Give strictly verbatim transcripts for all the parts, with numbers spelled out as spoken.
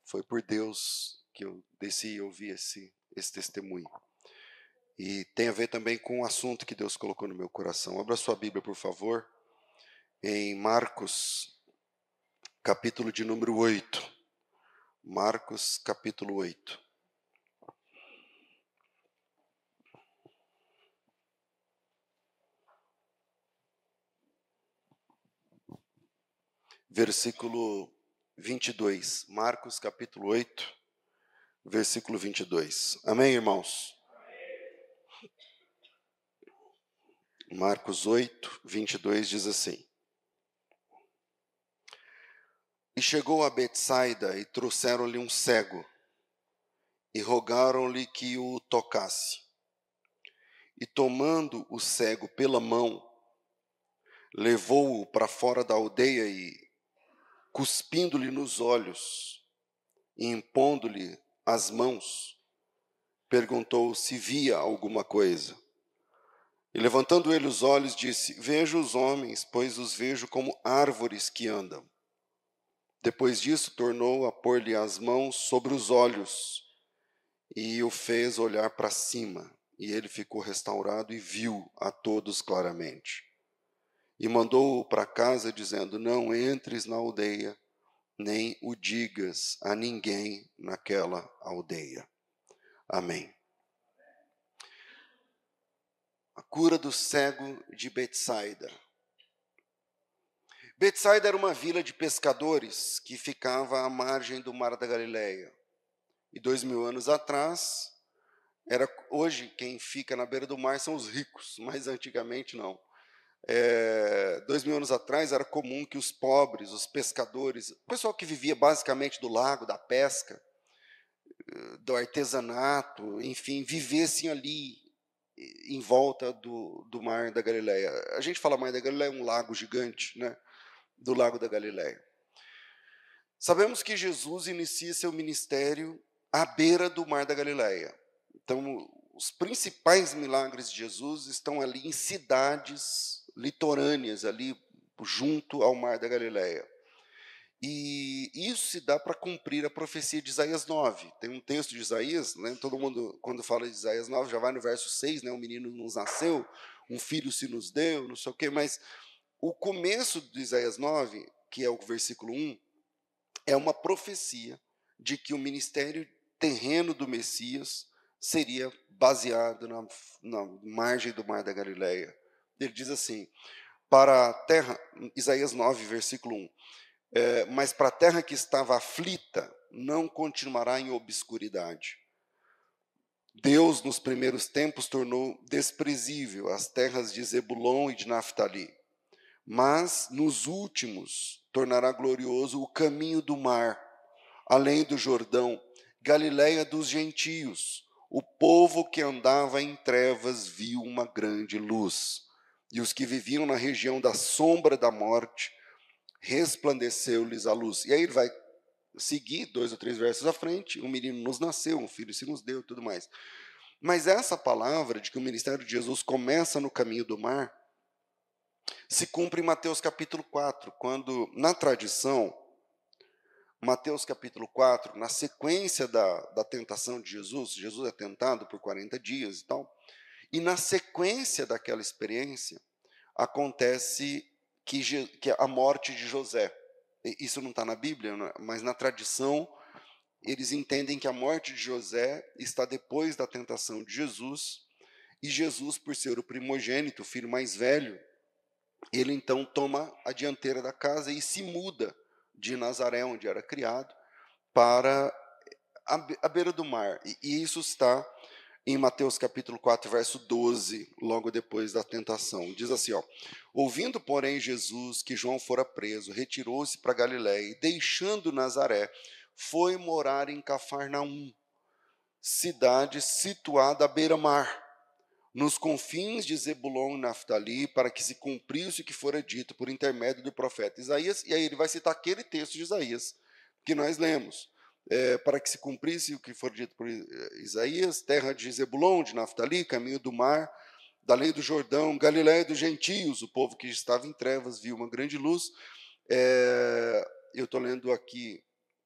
Foi por Deus que eu desci e ouvi esse, esse testemunho. E tem a ver também com o assunto que Deus colocou no meu coração. Abra sua Bíblia, por favor, em Marcos, capítulo de número oito. Marcos, capítulo oito. Versículo vinte e dois. Marcos, capítulo oito, versículo vinte e dois. Amém, irmãos? Marcos oito, vinte e dois diz assim: E chegou a Betsaida e trouxeram-lhe um cego, e rogaram-lhe que o tocasse. E tomando o cego pela mão, levou-o para fora da aldeia e, cuspindo-lhe nos olhos e impondo-lhe as mãos, perguntou se via alguma coisa. E levantando ele os olhos, disse: Vejo os homens, pois os vejo como árvores que andam. Depois disso, tornou a pôr-lhe as mãos sobre os olhos e o fez olhar para cima. E ele ficou restaurado e viu a todos claramente. E mandou-o para casa, dizendo: Não entres na aldeia, nem o digas a ninguém naquela aldeia. Amém. A cura do cego de Betsaida. Betsaida era uma vila de pescadores que ficava à margem do Mar da Galileia. E dois mil anos atrás, era, hoje quem fica na beira do mar são os ricos, mas antigamente não. É, dois mil anos atrás era comum que os pobres, os pescadores, o pessoal que vivia basicamente do lago, da pesca, do artesanato, enfim, vivessem ali em volta do, do Mar da Galileia. A gente fala Mar da Galileia, é um lago gigante, né? Do Lago da Galileia. Sabemos que Jesus inicia seu ministério à beira do Mar da Galileia. Então, os principais milagres de Jesus estão ali em cidades litorâneas, ali junto ao Mar da Galileia. E isso se dá para cumprir a profecia de Isaías nove. Tem um texto de Isaías, né? Todo mundo, quando fala de Isaías nove, já vai no verso seis, né? Um menino nos nasceu, um filho se nos deu, não sei o quê, mas o começo de Isaías nove, que é o versículo um, é uma profecia de que o ministério terreno do Messias seria baseado na, na margem do Mar da Galileia. Ele diz assim, para a terra, Isaías nove, versículo um, é, mas para a terra que estava aflita, não continuará em obscuridade. Deus, nos primeiros tempos, tornou desprezível as terras de Zebulon e de Naftali. Mas, nos últimos, tornará glorioso o caminho do mar, além do Jordão, Galileia dos gentios. O povo que andava em trevas viu uma grande luz. E os que viviam na região da sombra da morte, resplandeceu-lhes a luz. E aí ele vai seguir, dois ou três versos à frente, um menino nos nasceu, um filho se nos deu, tudo mais. Mas essa palavra de que o ministério de Jesus começa no caminho do mar, se cumpre em Mateus capítulo quatro, quando, na tradição, Mateus capítulo quatro, na sequência da, da tentação de Jesus, Jesus é tentado por quarenta dias e tal, e na sequência daquela experiência, acontece que, que a morte de José. Isso não está na Bíblia, mas na tradição, eles entendem que a morte de José está depois da tentação de Jesus, e Jesus, por ser o primogênito, o filho mais velho, ele então toma a dianteira da casa e se muda de Nazaré, onde era criado, para a beira do mar. E isso está em Mateus capítulo quatro, verso doze, logo depois da tentação. Diz assim, ó, ouvindo, porém, Jesus que João fora preso, retirou-se para Galiléia e, deixando Nazaré, foi morar em Cafarnaum, cidade situada à beira-mar, nos confins de Zebulon e Naftali, para que se cumprisse o que fora dito por intermédio do profeta Isaías. E aí ele vai citar aquele texto de Isaías que nós lemos. É, para que se cumprisse o que for dito por Isaías, terra de Zebulon, de Naftali, caminho do mar, da lei do Jordão, Galiléia dos gentios, o povo que estava em trevas viu uma grande luz. É, eu estou lendo aqui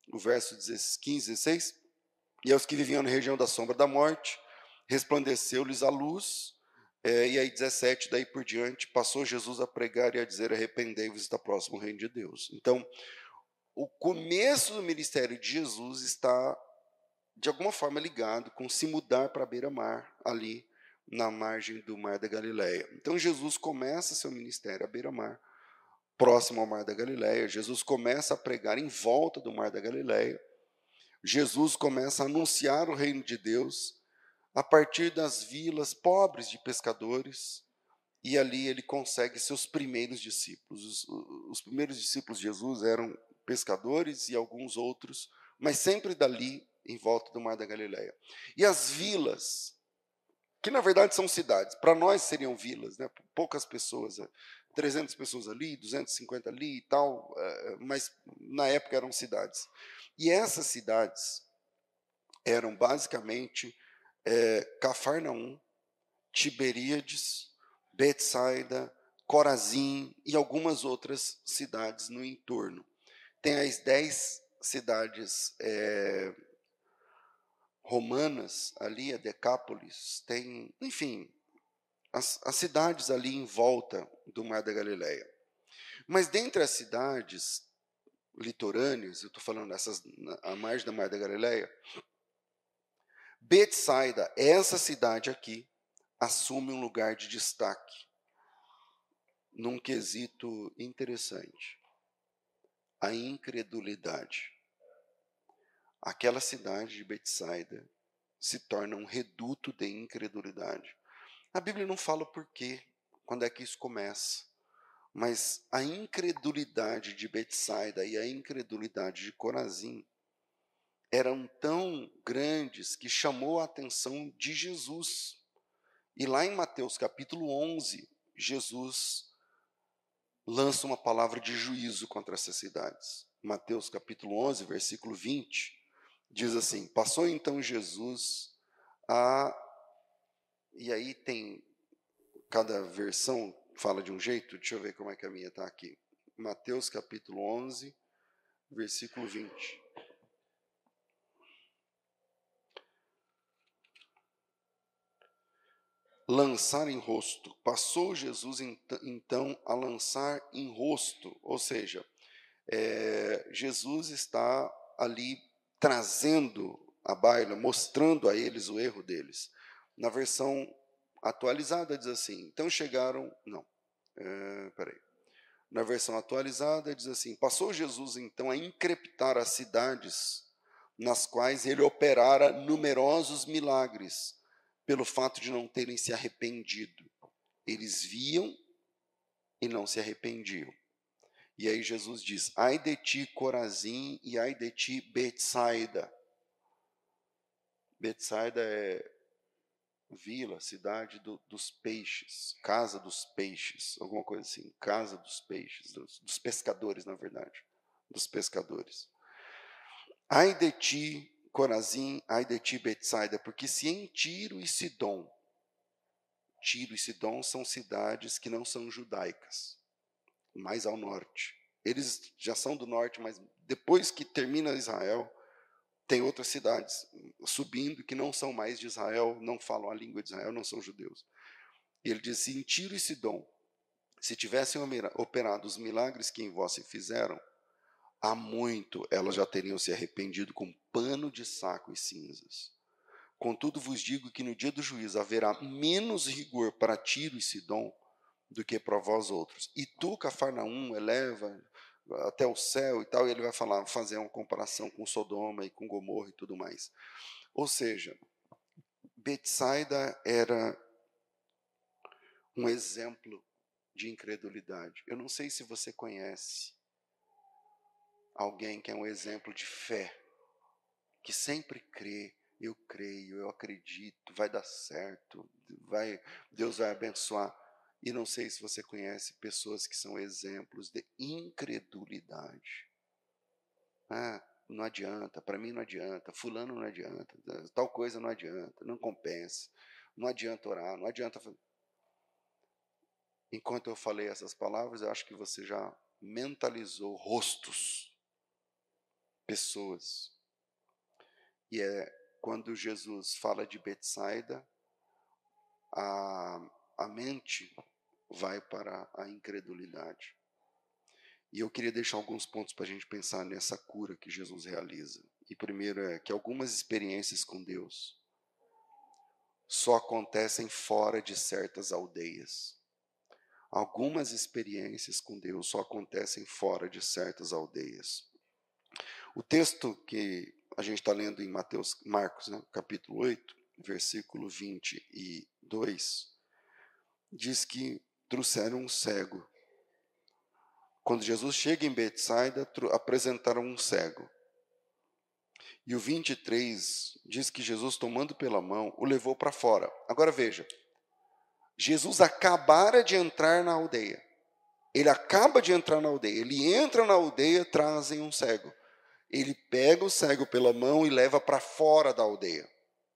o verso quinze, dezesseis, e aos que viviam na região da sombra da morte, resplandeceu-lhes a luz, é, e aí dezessete, daí por diante, passou Jesus a pregar e a dizer, arrependei-vos, está próximo o reino de Deus. Então, o começo do ministério de Jesus está, de alguma forma, ligado com se mudar para a beira-mar, ali na margem do Mar da Galileia. Então, Jesus começa seu ministério à beira-mar, próximo ao Mar da Galileia. Jesus começa a pregar em volta do Mar da Galileia. Jesus começa a anunciar o reino de Deus a partir das vilas pobres de pescadores, e ali ele consegue seus primeiros discípulos. Os, os primeiros discípulos de Jesus eram pescadores e alguns outros, mas sempre dali, em volta do Mar da Galileia. E as vilas, que na verdade são cidades, para nós seriam vilas, né? Poucas pessoas, trezentas pessoas ali, duzentas e cinquenta ali e tal, mas na época eram cidades. E essas cidades eram basicamente é, Cafarnaum, Tiberíades, Betsaida, Corazim e algumas outras cidades no entorno. Tem as dez cidades é, romanas ali, a Decápolis, tem, enfim, as, as cidades ali em volta do Mar da Galileia. Mas dentre as cidades litorâneas, eu estou falando dessas à margem da Mar da Galileia, Betsaida, essa cidade aqui, assume um lugar de destaque num quesito interessante: a incredulidade. Aquela cidade de Betsaida se torna um reduto de incredulidade. A Bíblia não fala o porquê, quando é que isso começa, mas a incredulidade de Betsaida e a incredulidade de Corazim eram tão grandes que chamou a atenção de Jesus. E lá em Mateus capítulo onze, Jesus lança uma palavra de juízo contra essas cidades. Mateus capítulo onze, versículo vinte, diz assim: passou então Jesus a... E aí tem, cada versão fala de um jeito, deixa eu ver como é que a minha está aqui. Mateus capítulo onze, versículo vinte. Lançar em rosto. Passou Jesus então a lançar em rosto, ou seja, é, Jesus está ali trazendo à baila, mostrando a eles o erro deles. Na versão atualizada diz assim, então chegaram, não, é, peraí. Na versão atualizada diz assim, passou Jesus então a increpitar as cidades nas quais ele operara numerosos milagres, pelo fato de não terem se arrependido. Eles viam e não se arrependiam. E aí Jesus diz, ai de ti Corazim e ai de ti Betsaida. Betsaida é vila, cidade do, dos peixes, casa dos peixes, alguma coisa assim, casa dos peixes, dos, dos pescadores, na verdade, dos pescadores. Ai de ti Corazim, ai de ti Betsaida, porque se em Tiro e Sidom, Tiro e Sidom são cidades que não são judaicas, mais ao norte. Eles já são do norte, mas depois que termina Israel, tem outras cidades subindo que não são mais de Israel, não falam a língua de Israel, não são judeus. E ele diz, se em Tiro e Sidom, se tivessem operado os milagres que em vós se fizeram, há muito elas já teriam se arrependido com pano de saco e cinzas. Contudo vos digo que no dia do juízo haverá menos rigor para Tiro e Sidom do que para vós outros. E tu, Cafarnaum, eleva até o céu e tal, e ele vai falar, fazer uma comparação com Sodoma e com Gomorra e tudo mais. Ou seja, Betsaida era um exemplo de incredulidade. Eu não sei se você conhece alguém que é um exemplo de fé, que sempre crê, eu creio, eu acredito, vai dar certo, vai, Deus vai abençoar. E não sei se você conhece pessoas que são exemplos de incredulidade. Ah, não adianta, para mim não adianta, fulano não adianta, tal coisa não adianta, não compensa, não adianta orar, não adianta fazer. Enquanto eu falei essas palavras, eu acho que você já mentalizou rostos pessoas. E é quando Jesus fala de Betsaida, a, a mente vai para a incredulidade. E eu queria deixar alguns pontos para a gente pensar nessa cura que Jesus realiza. E primeiro é que algumas experiências com Deus só acontecem fora de certas aldeias. Algumas experiências com Deus só acontecem fora de certas aldeias. O texto que a gente está lendo em Mateus, Marcos, né, capítulo oito, versículo vinte e dois, diz que trouxeram um cego. Quando Jesus chega em Betsaida, apresentaram um cego. E o vinte e três diz que Jesus, tomando pela mão, o levou para fora. Agora veja, Jesus acabara de entrar na aldeia. Ele acaba de entrar na aldeia. Ele entra na aldeia, trazem um cego. Ele pega o cego pela mão e leva para fora da aldeia.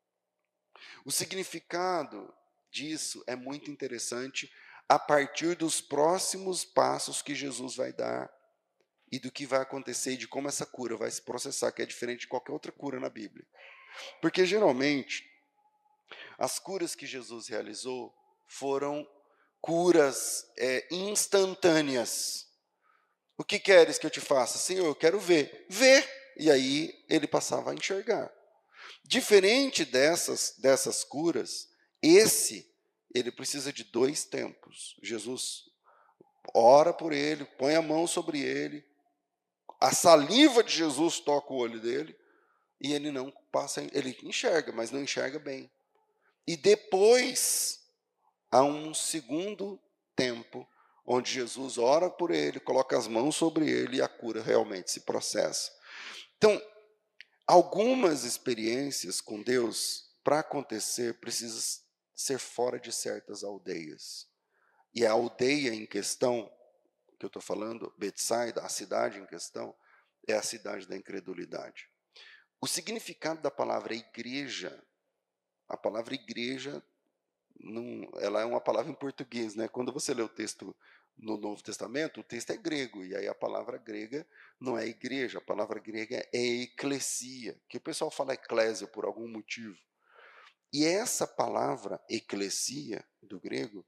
O significado disso é muito interessante a partir dos próximos passos que Jesus vai dar e do que vai acontecer e de como essa cura vai se processar, que é diferente de qualquer outra cura na Bíblia. Porque, geralmente, as curas que Jesus realizou foram curas é, instantâneas. O que queres que eu te faça? Senhor, eu quero ver. Ver. E aí ele passava a enxergar. Diferente dessas, dessas curas, esse, ele precisa de dois tempos. Jesus ora por ele, põe a mão sobre ele, a saliva de Jesus toca o olho dele, e ele não passa, ele enxerga, mas não enxerga bem. E depois, há um segundo tempo, onde Jesus ora por ele, coloca as mãos sobre ele e a cura realmente se processa. Então, algumas experiências com Deus, para acontecer, precisa ser fora de certas aldeias. E a aldeia em questão, que eu estou falando, Betsaida, a cidade em questão, é a cidade da incredulidade. O significado da palavra igreja, a palavra igreja, não, ela é uma palavra em português, né? Quando você lê o texto no Novo Testamento, o texto é grego, e aí a palavra grega não é igreja, a palavra grega é eclesia, que o pessoal fala eclésia por algum motivo. E essa palavra eclesia, do grego,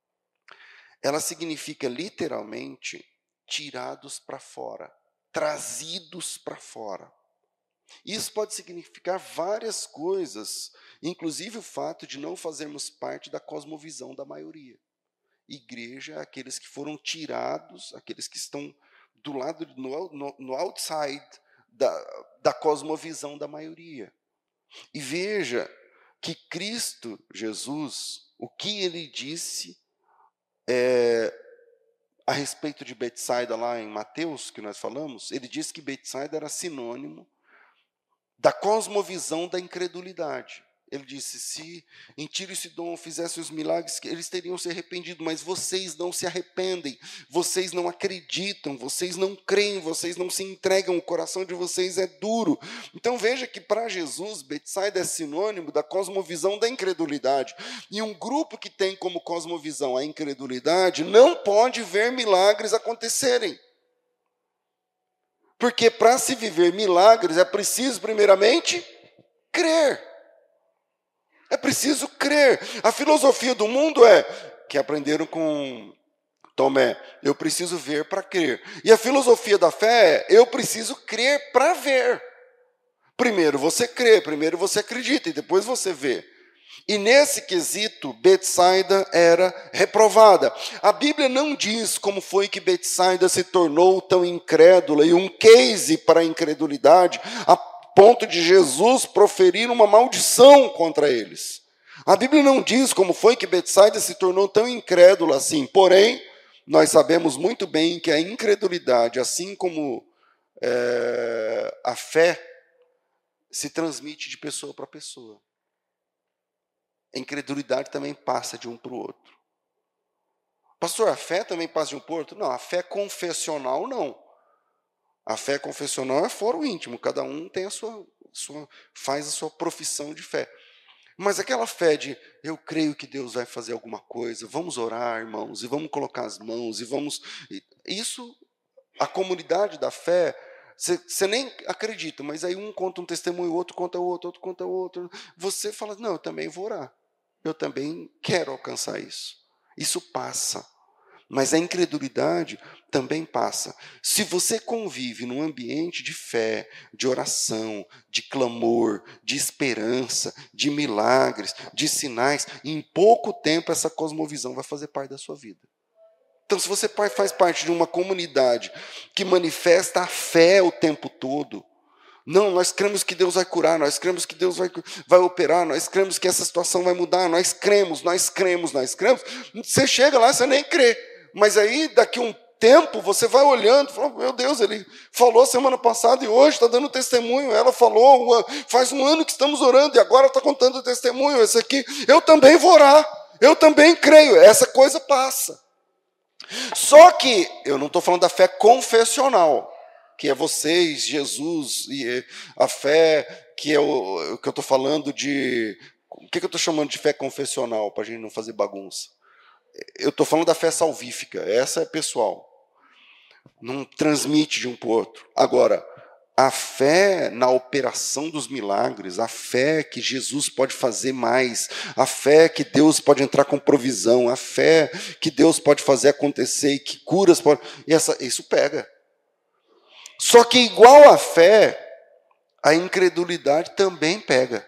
ela significa literalmente tirados para fora, trazidos para fora. Isso pode significar várias coisas, inclusive o fato de não fazermos parte da cosmovisão da maioria. Igreja é aqueles que foram tirados, aqueles que estão do lado, no, no, no outside da, da cosmovisão da maioria. E veja que Cristo, Jesus, o que ele disse é, a respeito de Betsaida lá em Mateus, que nós falamos, ele disse que Betsaida era sinônimo da cosmovisão da incredulidade. Ele disse, se em Tiro e Sidom fizessem os milagres, eles teriam se arrependido, mas vocês não se arrependem, vocês não acreditam, vocês não creem, vocês não se entregam, o coração de vocês é duro. Então veja que para Jesus, Betsaida é sinônimo da cosmovisão da incredulidade. E um grupo que tem como cosmovisão a incredulidade não pode ver milagres acontecerem. Porque para se viver milagres é preciso, primeiramente, crer. É preciso crer. A filosofia do mundo é, que aprenderam com Tomé, eu preciso ver para crer. E a filosofia da fé é, eu preciso crer para ver. Primeiro você crê, primeiro você acredita e depois você vê. E nesse quesito, Betsaida era reprovada. A Bíblia não diz como foi que Betsaida se tornou tão incrédula e um case para a incredulidade, a ponto de Jesus proferir uma maldição contra eles. A Bíblia não diz como foi que Betsaida se tornou tão incrédula assim. Porém, nós sabemos muito bem que a incredulidade, assim como é, a fé, se transmite de pessoa para pessoa. A incredulidade também passa de um para o outro. Pastor, a fé também passa de um para o outro? Não, a fé confessional não. A fé confessional é fora o íntimo, cada um tem a sua, sua, faz a sua profissão de fé. Mas aquela fé de, eu creio que Deus vai fazer alguma coisa, vamos orar, irmãos, e vamos colocar as mãos, e vamos... Isso, a comunidade da fé Você, você nem acredita, mas aí um conta um testemunho, outro conta outro, outro conta outro. Você fala, não, eu também vou orar. Eu também quero alcançar isso. Isso passa. Mas a incredulidade também passa. Se você convive num ambiente de fé, de oração, de clamor, de esperança, de milagres, de sinais, em pouco tempo essa cosmovisão vai fazer parte da sua vida. Então, se você faz parte de uma comunidade que manifesta a fé o tempo todo, não, nós cremos que Deus vai curar, nós cremos que Deus vai, vai operar, nós cremos que essa situação vai mudar, nós cremos, nós cremos, nós cremos. Você chega lá, você nem crê. Mas aí, daqui a um tempo, você vai olhando e fala, meu Deus, ele falou semana passada e hoje está dando testemunho. Ela falou, faz um ano que estamos orando e agora está contando testemunho. Esse aqui, eu também vou orar, eu também creio. Essa coisa passa. Só que, eu não estou falando da fé confessional, que é vocês, Jesus, e a fé que é o que eu estou falando de... O que, que eu estou chamando de fé confessional, para a gente não fazer bagunça? Eu estou falando da fé salvífica, essa é pessoal. Não transmite de um para o outro. Agora, a fé na operação dos milagres, a fé que Jesus pode fazer mais, a fé que Deus pode entrar com provisão, a fé que Deus pode fazer acontecer e que curas pode... E essa, isso pega. Só que igual a fé, a incredulidade também pega.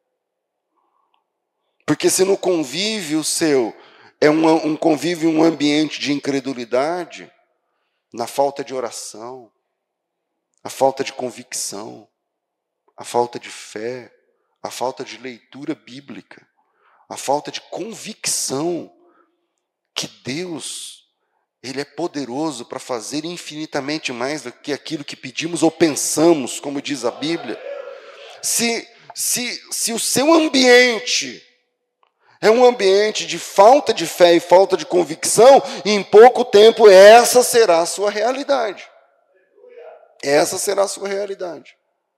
Porque se no convívio seu é um, um convívio, um ambiente de incredulidade, na falta de oração, a falta de convicção, a falta de fé, a falta de leitura bíblica, a falta de convicção que Deus, Ele é poderoso para fazer infinitamente mais do que aquilo que pedimos ou pensamos, como diz a Bíblia. Se, se, se o seu ambiente é um ambiente de falta de fé e falta de convicção, em pouco tempo essa será a sua realidade. Essa será a sua realidade.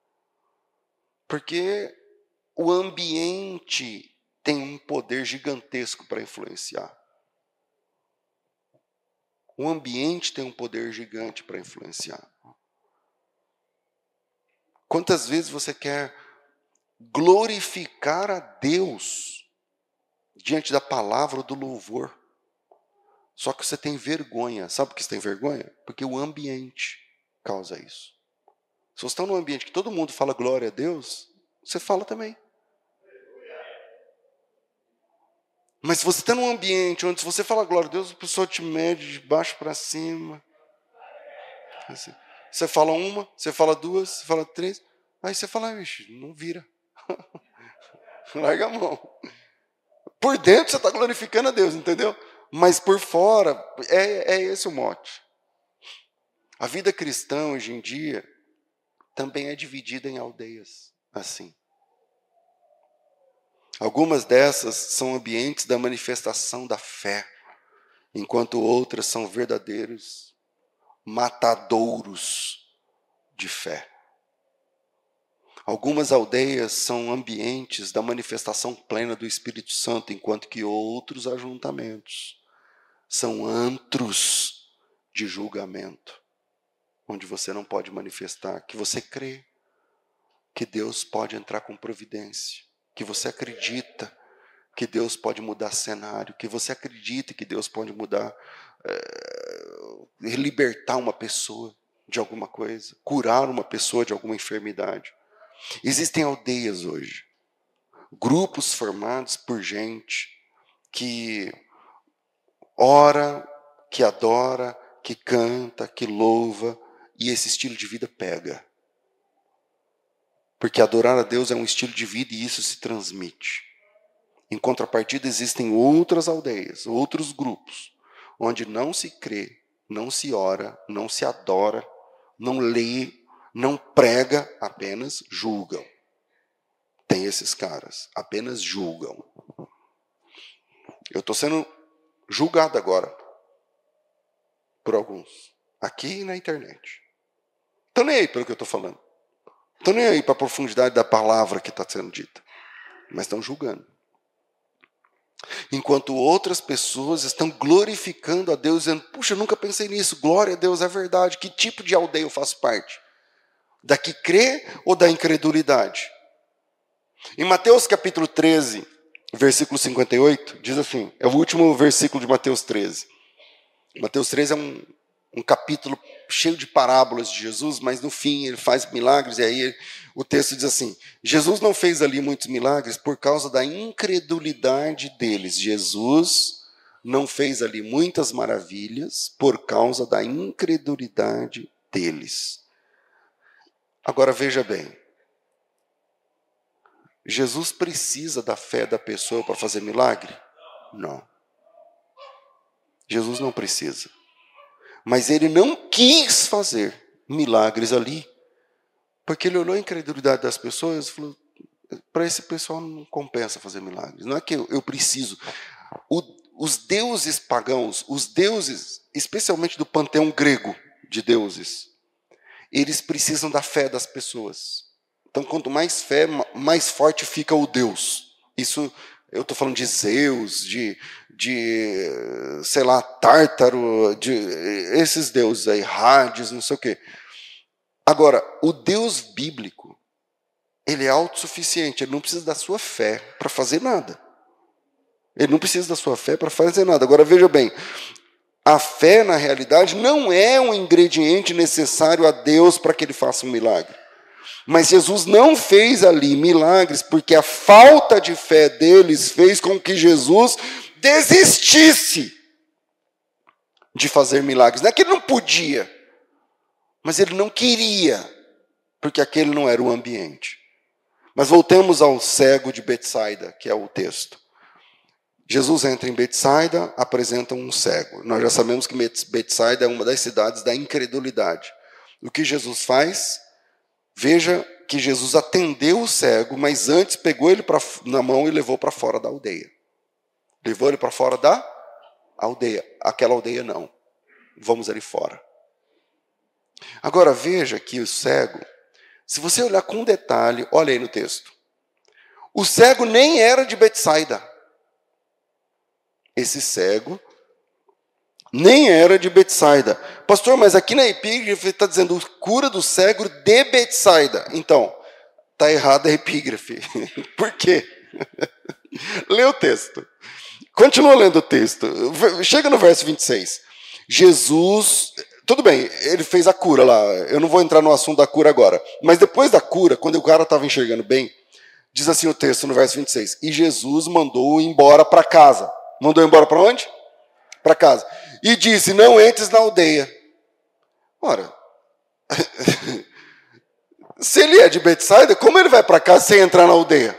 Porque o ambiente tem um poder gigantesco para influenciar. O ambiente tem um poder gigante para influenciar. Quantas vezes você quer glorificar a Deus diante da palavra ou do louvor? Só que você tem vergonha. Sabe por que você tem vergonha? Porque o ambiente causa isso. Se você está num ambiente que todo mundo fala glória a Deus, você fala também. Mas se você está num ambiente onde se você fala glória a Deus, a pessoa te mede de baixo para cima. Assim. Você fala uma, você fala duas, você fala três, aí você fala, vixe, não vira. Larga a mão. Por dentro você está glorificando a Deus, entendeu? Mas por fora, é, é esse o mote. A vida cristã, hoje em dia, também é dividida em aldeias, assim. Algumas dessas são ambientes da manifestação da fé, enquanto outras são verdadeiros matadouros de fé. Algumas aldeias são ambientes da manifestação plena do Espírito Santo, enquanto que outros ajuntamentos são antros de julgamento, onde você não pode manifestar que você crê que Deus pode entrar com providência, que você acredita que Deus pode mudar cenário, que você acredita que Deus pode mudar, é, libertar uma pessoa de alguma coisa, curar uma pessoa de alguma enfermidade. Existem aldeias hoje, grupos formados por gente que ora, que adora, que canta, que louva, e esse estilo de vida pega. Porque adorar a Deus é um estilo de vida e isso se transmite. Em contrapartida, existem outras aldeias, outros grupos, onde não se crê, não se ora, não se adora, não lê, não prega, apenas julgam. Tem esses caras, apenas julgam. Eu estou sendo julgado agora por alguns, aqui e na internet. Estão nem aí pelo que eu estou falando. Estão nem aí para a profundidade da palavra que está sendo dita. Mas estão julgando. Enquanto outras pessoas estão glorificando a Deus, dizendo, puxa, eu nunca pensei nisso, glória a Deus, é verdade. Que tipo de aldeia eu faço parte? Da que crê ou da incredulidade? Em Mateus capítulo treze, versículo cinquenta e oito, diz assim, é o último versículo de Mateus treze. Mateus treze é um, um capítulo cheio de parábolas de Jesus, mas no fim ele faz milagres, e aí o texto diz assim, Jesus não fez ali muitos milagres por causa da incredulidade deles. Jesus não fez ali muitas maravilhas por causa da incredulidade deles. Agora veja bem, Jesus precisa da fé da pessoa para fazer milagre? Não. Jesus não precisa. Mas ele não quis fazer milagres ali, porque ele olhou a incredulidade das pessoas e falou, para esse pessoal não compensa fazer milagres. Não é que eu, eu preciso. O, os deuses pagãos, os deuses, especialmente do panteão grego de deuses, eles precisam da fé das pessoas. Então, quanto mais fé, mais forte fica o Deus. Isso, eu estou falando de Zeus, de, de, sei lá, Tártaro, de esses deuses aí, Hades, não sei o quê. Agora, o Deus bíblico, ele é autossuficiente, ele não precisa da sua fé para fazer nada. Ele não precisa da sua fé para fazer nada. Agora, veja bem, a fé, na realidade, não é um ingrediente necessário a Deus para que ele faça um milagre. Mas Jesus não fez ali milagres porque a falta de fé deles fez com que Jesus desistisse de fazer milagres. Não é que ele não podia, mas ele não queria, porque aquele não era o ambiente. Mas voltemos ao cego de Betsaida, que é o texto. Jesus entra em Betsaida, apresenta um cego. Nós já sabemos que Betsaida é uma das cidades da incredulidade. O que Jesus faz? Veja que Jesus atendeu o cego, mas antes pegou ele pra, na mão e levou para fora da aldeia. Levou ele para fora da aldeia. Aquela aldeia não. Vamos ali fora. Agora veja que o cego, se você olhar com detalhe, olha aí no texto. O cego nem era de Betsaida. Esse cego nem era de Betsaida. Pastor, mas aqui na epígrafe está dizendo cura do cego de Betsaida. Então, está errada a epígrafe. Por quê? Lê o texto. Continua lendo o texto. Chega no verso vinte e seis. Jesus, tudo bem, ele fez a cura lá. Eu não vou entrar no assunto da cura agora. Mas depois da cura, quando o cara estava enxergando bem, diz assim o texto no verso vinte e seis. E Jesus mandou embora para casa. Mandou embora para onde? Para casa. E disse, não entres na aldeia. Ora, se ele é de Betsaida, como ele vai para casa sem entrar na aldeia?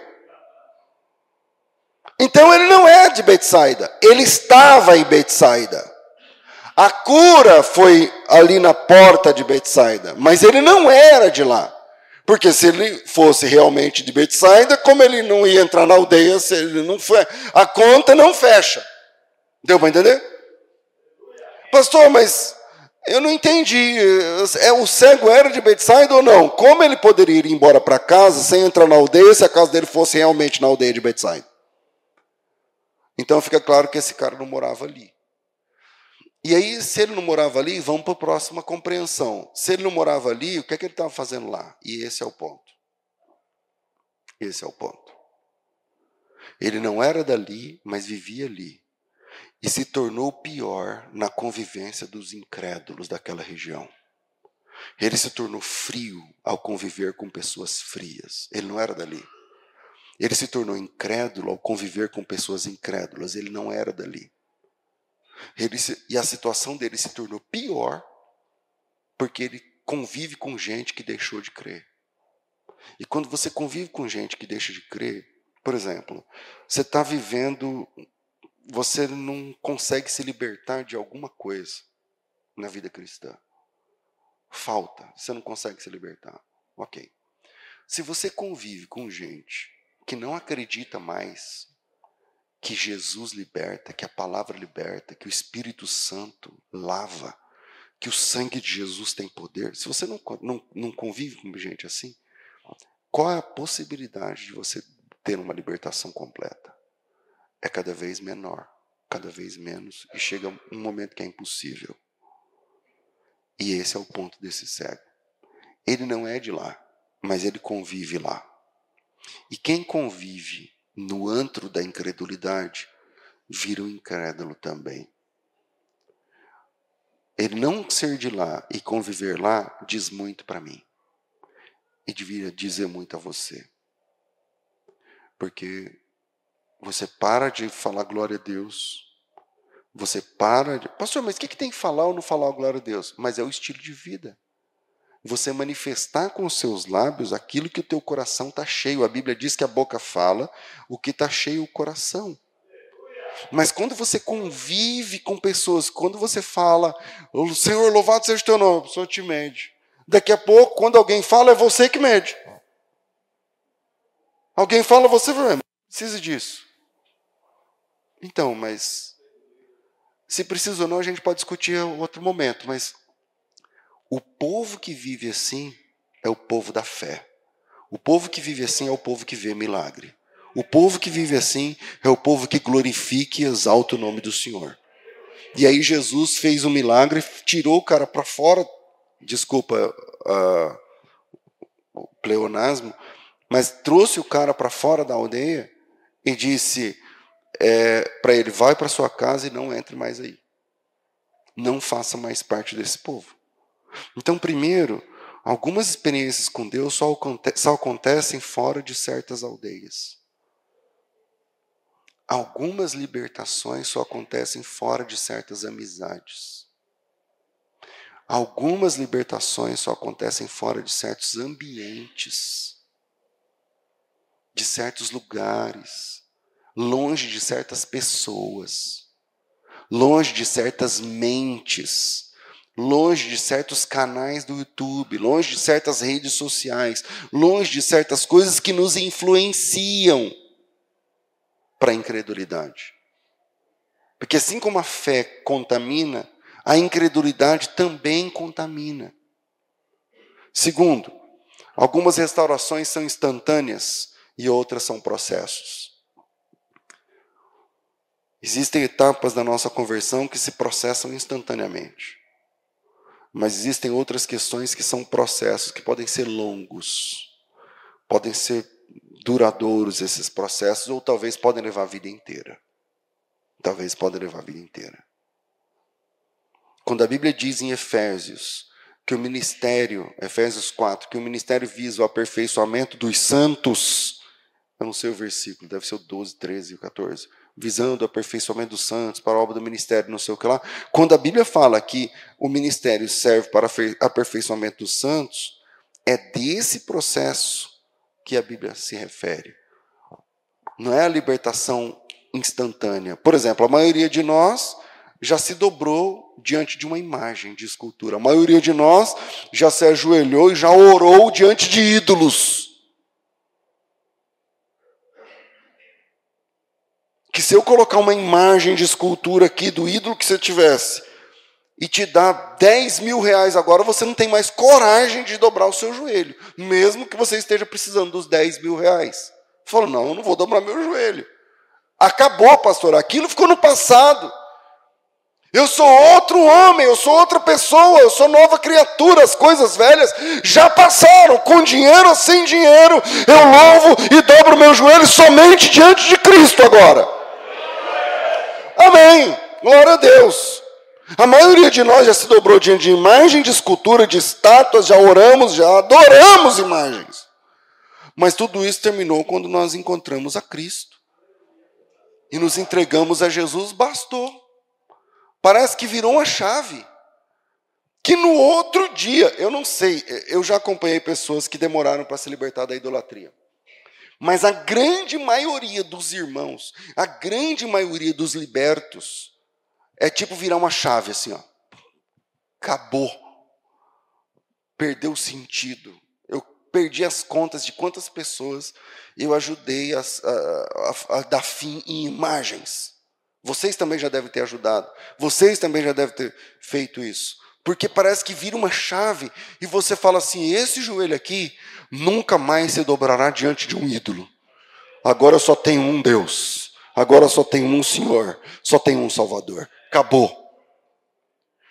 Então ele não é de Betsaida, ele estava em Betsaida. A cura foi ali na porta de Betsaida, mas ele não era de lá. Porque se ele fosse realmente de Betsaida, como ele não ia entrar na aldeia, se ele não foi, a conta não fecha. Deu para entender? Pastor, mas eu não entendi. É, o cego era de Betsaida ou não? Como ele poderia ir embora para casa sem entrar na aldeia se a casa dele fosse realmente na aldeia de Betsaida? Então fica claro que esse cara não morava ali. E aí, se ele não morava ali, vamos para a próxima compreensão. Se ele não morava ali, o que é que ele estava fazendo lá? E esse é o ponto. Esse é o ponto. Ele não era dali, mas vivia ali. E se tornou pior na convivência dos incrédulos daquela região. Ele se tornou frio ao conviver com pessoas frias. Ele não era dali. Ele se tornou incrédulo ao conviver com pessoas incrédulas. Ele não era dali. Ele se, e a situação dele se tornou pior porque ele convive com gente que deixou de crer. E quando você convive com gente que deixa de crer, por exemplo, você está vivendo... Você não consegue se libertar de alguma coisa na vida cristã. Falta, você não consegue se libertar. Ok. Se você convive com gente que não acredita mais que Jesus liberta, que a palavra liberta, que o Espírito Santo lava, que o sangue de Jesus tem poder, se você não, não, não convive com gente assim, qual é a possibilidade de você ter uma libertação completa? É cada vez menor, cada vez menos, e chega um momento que é impossível. E esse é o ponto desse cego. Ele não é de lá, mas ele convive lá. E quem convive no antro da incredulidade, vira um incrédulo também. Ele não ser de lá e conviver lá diz muito para mim. E devia dizer muito a você. Porque você para de falar glória a Deus. Você para de... Pastor, mas o que, que tem que falar ou não falar glória a Deus? Mas é o estilo de vida. Você manifestar com os seus lábios aquilo que o teu coração está cheio. A Bíblia diz que a boca fala o que está cheio o coração. Mas quando você convive com pessoas, quando você fala, o Senhor, louvado seja o teu nome, o Senhor te mede. Daqui a pouco, quando alguém fala, é você que mede. Alguém fala, você não precisa disso. Então, mas se precisa ou não, a gente pode discutir em outro momento, mas o povo que vive assim é o povo da fé. O povo que vive assim é o povo que vê milagre. O povo que vive assim é o povo que glorifica e exalta o nome do Senhor. E aí Jesus fez um milagre, tirou o cara para fora, desculpa uh, o pleonasmo, mas trouxe o cara para fora da aldeia e disse é, para ele, vai para sua casa e não entre mais aí. Não faça mais parte desse povo. Então, primeiro, algumas experiências com Deus só, aconte- só acontecem fora de certas aldeias. Algumas libertações só acontecem fora de certas amizades. Algumas libertações só acontecem fora de certos ambientes, de certos lugares, longe de certas pessoas, longe de certas mentes, longe de certos canais do YouTube, longe de certas redes sociais, longe de certas coisas que nos influenciam para a incredulidade. Porque assim como a fé contamina, a incredulidade também contamina. Segundo, algumas restaurações são instantâneas e outras são processos. Existem etapas da nossa conversão que se processam instantaneamente. Mas existem outras questões que são processos, que podem ser longos, podem ser duradouros esses processos, ou talvez podem levar a vida inteira. Talvez podem levar a vida inteira. Quando a Bíblia diz em Efésios, que o ministério, Efésios quatro, que o ministério visa o aperfeiçoamento dos santos, eu não sei o versículo, deve ser o doze, treze e o catorze, visando o aperfeiçoamento dos santos, para a obra do ministério, não sei o que lá. Quando a Bíblia fala que o ministério serve para o aperfeiçoamento dos santos, é desse processo que a Bíblia se refere. Não é a libertação instantânea. Por exemplo, a maioria de nós já se dobrou diante de uma imagem de escultura. A maioria de nós já se ajoelhou e já orou diante de ídolos. Que se eu colocar uma imagem de escultura aqui do ídolo que você tivesse e te dar dez mil reais agora, você não tem mais coragem de dobrar o seu joelho, mesmo que você esteja precisando dos dez mil reais. Você fala, não, eu não vou dobrar meu joelho. Acabou, pastor, aquilo ficou no passado. Eu sou outro homem, eu sou outra pessoa, eu sou nova criatura, as coisas velhas já passaram, com dinheiro ou sem dinheiro, eu louvo e dobro meu joelho somente diante de Cristo agora. Amém, glória a Deus. A maioria de nós já se dobrou diante de imagem, de escultura, de estátuas, já oramos, já adoramos imagens. Mas tudo isso terminou quando nós encontramos a Cristo. E nos entregamos a Jesus, bastou. Parece que virou uma chave. Que no outro dia, eu não sei, eu já acompanhei pessoas que demoraram para se libertar da idolatria. Mas a grande maioria dos irmãos, a grande maioria dos libertos, é tipo virar uma chave assim, ó. Acabou. Perdeu o sentido. Eu perdi as contas de quantas pessoas eu ajudei a, a, a, a dar fim em imagens. Vocês também já devem ter ajudado. Vocês também já devem ter feito isso. Porque parece que vira uma chave e você fala assim, esse joelho aqui nunca mais se dobrará diante de um ídolo. Agora só tem um Deus. Agora só tem um Senhor. Só tem um Salvador. Acabou.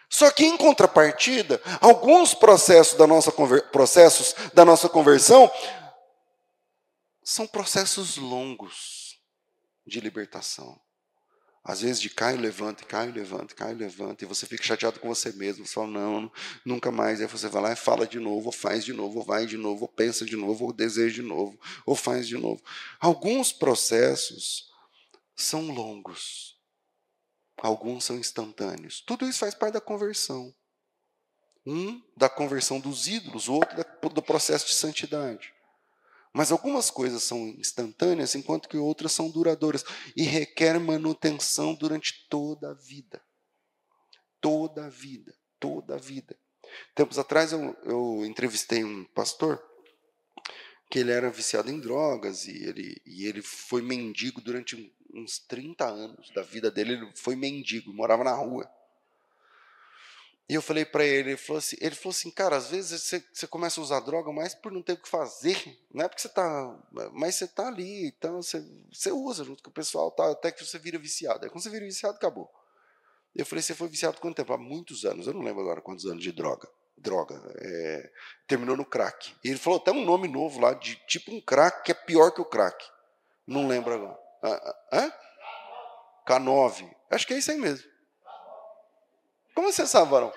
Só que, em contrapartida, alguns processos da nossa, conver- processos da nossa conversão são processos longos de libertação. Às vezes de cai e levanta, cai e levanta, cai e levanta, e você fica chateado com você mesmo, você fala, não, nunca mais. Aí você vai lá e fala de novo, ou faz de novo, ou vai de novo, ou pensa de novo, ou deseja de novo, ou faz de novo. Alguns processos são longos, alguns são instantâneos. Tudo isso faz parte da conversão. Um da conversão dos ídolos, o outro do processo de santidade. Mas algumas coisas são instantâneas, enquanto que outras são duradouras. E requer manutenção durante toda a vida. Toda a vida. Toda a vida. Tempos atrás eu, eu entrevistei um pastor que ele era viciado em drogas e ele, e ele foi mendigo durante uns trinta anos da vida dele. Ele foi mendigo, morava na rua. E eu falei para ele, ele falou assim, ele falou assim, cara, às vezes você, você começa a usar droga mais por não ter o que fazer, não é porque você tá, mas você tá ali, então você, você usa junto com o pessoal, tá, até que você vira viciado. Aí quando você vira viciado, acabou. Eu falei, você foi viciado quanto tempo? Há muitos anos, eu não lembro agora quantos anos de droga. Droga, é, terminou no crack. E ele falou até um nome novo lá, de tipo um crack que é pior que o crack. Não lembro agora. Hã? K nove. Acho que é isso aí mesmo. Como você sabe, Varão?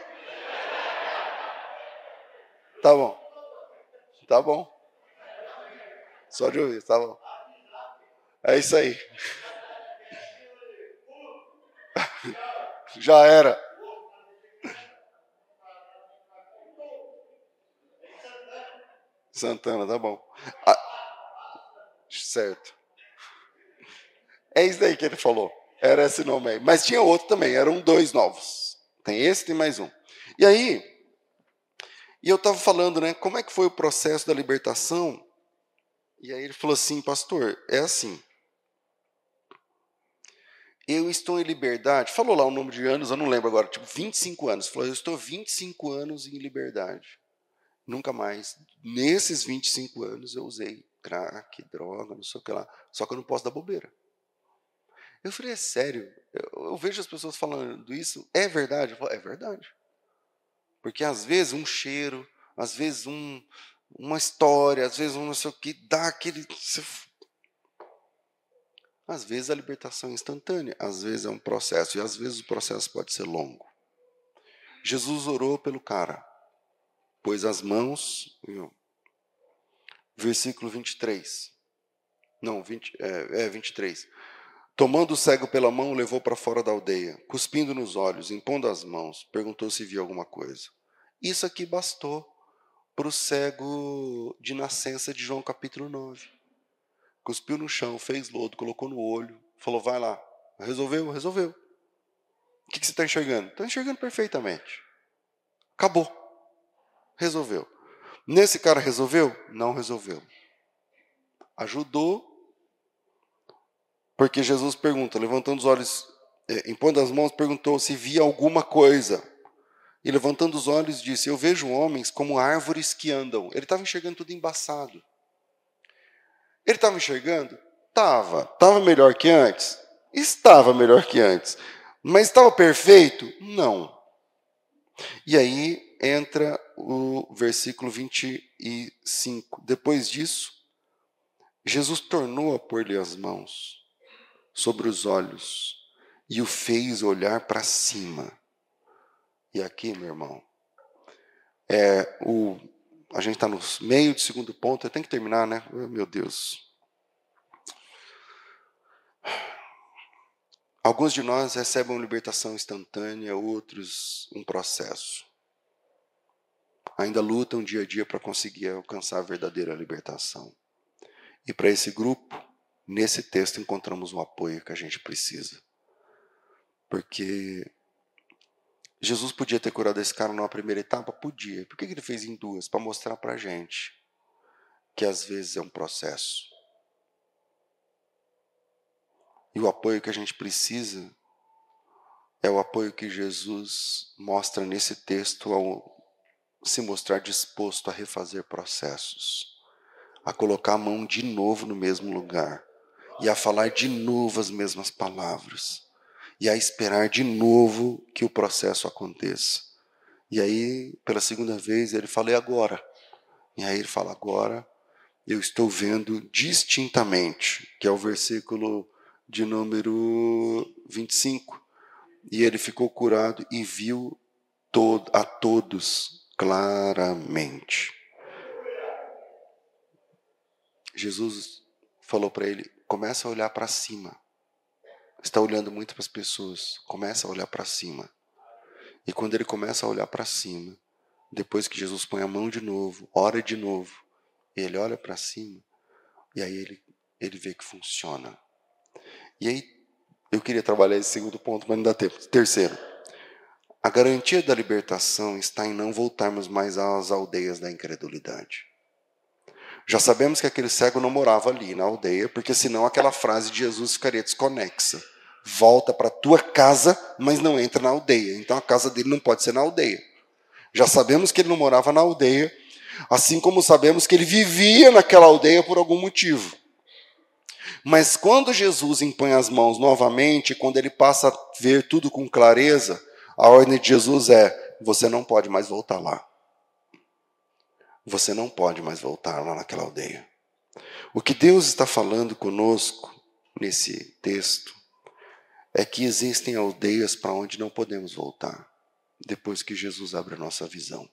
Tá bom. Tá bom. Só de ouvir, tá bom. É isso aí. Já era. Santana, tá bom. Ah, certo. É isso aí que ele falou. Era esse nome aí. Mas tinha outro também, eram dois novos. Tem esse e tem mais um. E aí, e eu estava falando, né, como é que foi o processo da libertação? E aí ele falou assim, pastor, é assim. Eu estou em liberdade. Falou lá o número de anos, eu não lembro agora, tipo vinte e cinco anos. Falou, eu estou vinte e cinco anos em liberdade. Nunca mais. Nesses vinte e cinco anos eu usei crack, droga, não sei o que lá. Só que eu não posso dar bobeira. Eu falei, é sério? Eu, eu vejo as pessoas falando isso. É verdade? Eu falo, é verdade. Porque às vezes um cheiro, às vezes um, uma história, às vezes um não sei o que, dá aquele... Às vezes a libertação é instantânea, às vezes é um processo, e às vezes o processo pode ser longo. Jesus orou pelo cara, pôs as mãos, versículo vinte e três. Não, vinte, é, é vinte e três. Tomando o cego pela mão, o levou para fora da aldeia, cuspindo nos olhos, impondo as mãos, perguntou se via alguma coisa. Isso aqui bastou para o cego de nascença de João capítulo nove. Cuspiu no chão, fez lodo, colocou no olho, falou, vai lá. Resolveu? Resolveu. O que, que você está enxergando? Está enxergando perfeitamente. Acabou. Resolveu. Nesse cara resolveu? Não resolveu. Ajudou, porque Jesus pergunta, levantando os olhos, é, impondo as mãos, perguntou se via alguma coisa. E levantando os olhos disse, eu vejo homens como árvores que andam. Ele estava enxergando tudo embaçado. Ele estava enxergando? Estava. Estava melhor que antes? Estava melhor que antes. Mas estava perfeito? Não. E aí entra o versículo vinte e cinco. Depois disso, Jesus tornou a pôr-lhe as mãos sobre os olhos e o fez olhar para cima. E aqui, meu irmão, é o, a gente está no meio do segundo ponto, eu tenho que terminar, né? Oh, meu Deus. Alguns de nós recebem uma libertação instantânea, outros um processo. Ainda lutam dia a dia para conseguir alcançar a verdadeira libertação. E para esse grupo, nesse texto encontramos o apoio que a gente precisa. Porque Jesus podia ter curado esse cara numa primeira etapa? Podia. Por que ele fez em duas? Para mostrar para a gente que às vezes é um processo. E o apoio que a gente precisa é o apoio que Jesus mostra nesse texto ao se mostrar disposto a refazer processos, a colocar a mão de novo no mesmo lugar e a falar de novo as mesmas palavras e a esperar de novo que o processo aconteça. E aí, pela segunda vez, ele fala, e agora? E aí ele fala, agora eu estou vendo distintamente, que é o versículo de número vinte e cinco. E ele ficou curado e viu todo, a todos claramente. Jesus falou para ele, começa a olhar para cima. Está olhando muito para as pessoas, começa a olhar para cima. E quando ele começa a olhar para cima, depois que Jesus põe a mão de novo, ora de novo, ele olha para cima, e aí ele, ele vê que funciona. E aí, eu queria trabalhar esse segundo ponto, mas não dá tempo. Terceiro, a garantia da libertação está em não voltarmos mais às aldeias da incredulidade. Já sabemos que aquele cego não morava ali na aldeia, porque senão aquela frase de Jesus ficaria desconexa. Volta para a tua casa, mas não entra na aldeia. Então a casa dele não pode ser na aldeia. Já sabemos que ele não morava na aldeia, assim como sabemos que ele vivia naquela aldeia por algum motivo. Mas quando Jesus impõe as mãos novamente, quando ele passa a ver tudo com clareza, a ordem de Jesus é, você não pode mais voltar lá. Você não pode mais voltar lá naquela aldeia. O que Deus está falando conosco nesse texto é que existem aldeias para onde não podemos voltar, depois que Jesus abre a nossa visão.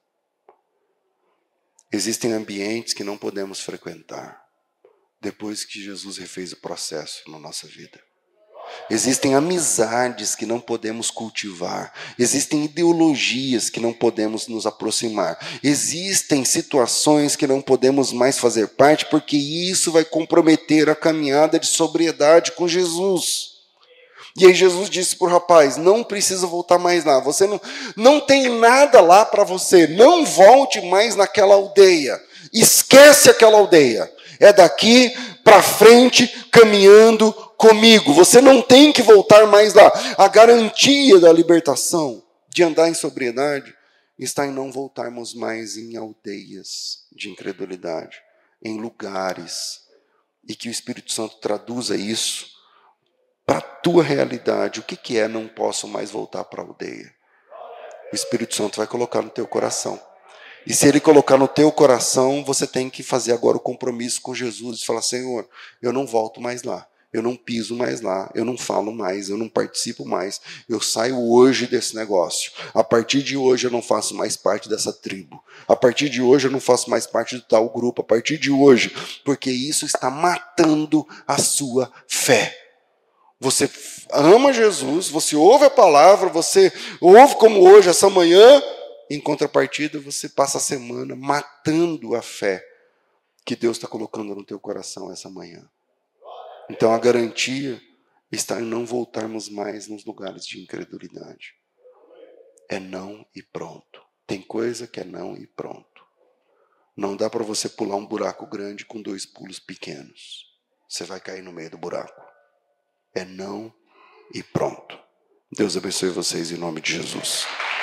Existem ambientes que não podemos frequentar, depois que Jesus refez o processo na nossa vida. Existem amizades que não podemos cultivar. Existem ideologias que não podemos nos aproximar. Existem situações que não podemos mais fazer parte, porque isso vai comprometer a caminhada de sobriedade com Jesus. E aí Jesus disse para o rapaz, não precisa voltar mais lá. Você não, não tem nada lá para você. Não volte mais naquela aldeia. Esquece aquela aldeia. É daqui para frente, caminhando comigo. Você não tem que voltar mais lá. A garantia da libertação, de andar em sobriedade, está em não voltarmos mais em aldeias de incredulidade, em lugares, e que o Espírito Santo traduza isso para a tua realidade. O que, que é não posso mais voltar para a aldeia? O Espírito Santo vai colocar no teu coração. E se ele colocar no teu coração, você tem que fazer agora o compromisso com Jesus e falar, Senhor, eu não volto mais lá, eu não piso mais lá, eu não falo mais, eu não participo mais, eu saio hoje desse negócio. A partir de hoje eu não faço mais parte dessa tribo. A partir de hoje eu não faço mais parte de tal grupo. A partir de hoje, porque isso está matando a sua fé. Você ama Jesus, você ouve a palavra, você ouve como hoje, essa manhã. Em contrapartida, você passa a semana matando a fé que Deus está colocando no teu coração essa manhã. Então a garantia está em não voltarmos mais nos lugares de incredulidade. É não e pronto. Tem coisa que é não e pronto. Não dá para você pular um buraco grande com dois pulos pequenos. Você vai cair no meio do buraco. É não e pronto. Deus abençoe vocês em nome de Jesus.